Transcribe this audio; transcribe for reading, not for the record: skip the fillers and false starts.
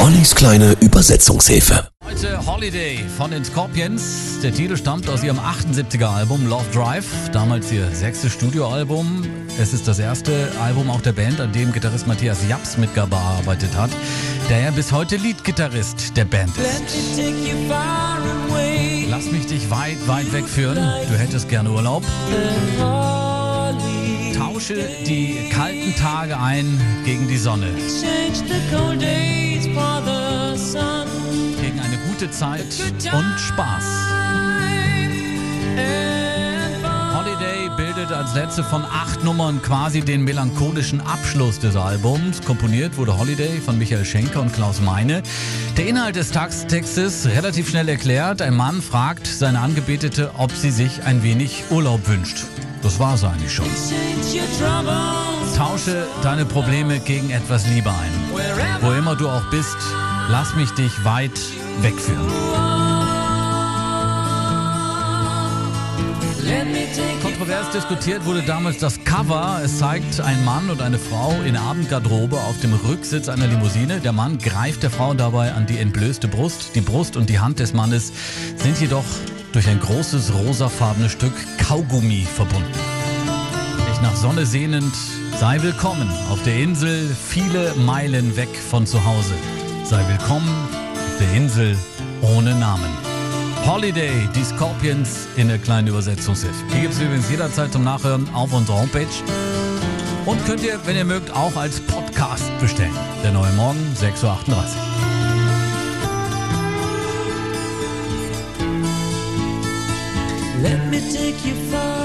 Ollis kleine Übersetzungshilfe. Heute Holiday von den Scorpions. Der Titel stammt aus ihrem 78er Album Love Drive, damals ihr 6. Studioalbum. Es ist das erste Album auch der Band, an dem Gitarrist Matthias Japs mitgearbeitet hat, der ja bis heute Leadgitarrist der Band ist. Lass mich dich weit, weit wegführen. Du hättest gerne Urlaub. Tausche die kalten Tage ein gegen die Sonne. Gegen eine gute Zeit und Spaß. Holiday bildet als letzte von 8 Nummern quasi den melancholischen Abschluss des Albums. Komponiert wurde Holiday von Michael Schenker und Klaus Meine. Der Inhalt des Textes relativ schnell erklärt. Ein Mann fragt seine Angebetete, ob sie sich ein wenig Urlaub wünscht. Das war's eigentlich schon. Tausche deine Probleme gegen etwas Liebe ein. Wo immer du auch bist, lass mich dich weit wegführen. Kontrovers diskutiert wurde damals das Cover. Es zeigt einen Mann und eine Frau in Abendgarderobe auf dem Rücksitz einer Limousine. Der Mann greift der Frau dabei an die entblößte Brust. Die Brust und die Hand des Mannes sind jedoch durch ein großes rosafarbenes Stück Kaugummi verbunden. Dich nach Sonne sehnend, sei willkommen auf der Insel, viele Meilen weg von zu Hause. Sei willkommen auf der Insel ohne Namen. Holiday, die Scorpions in der kleinen Übersetzungshilfe. Die gibt es übrigens jederzeit zum Nachhören auf unserer Homepage. Und könnt ihr, wenn ihr mögt, auch als Podcast bestellen. Der neue Morgen, 6:38 Uhr. Let me take you far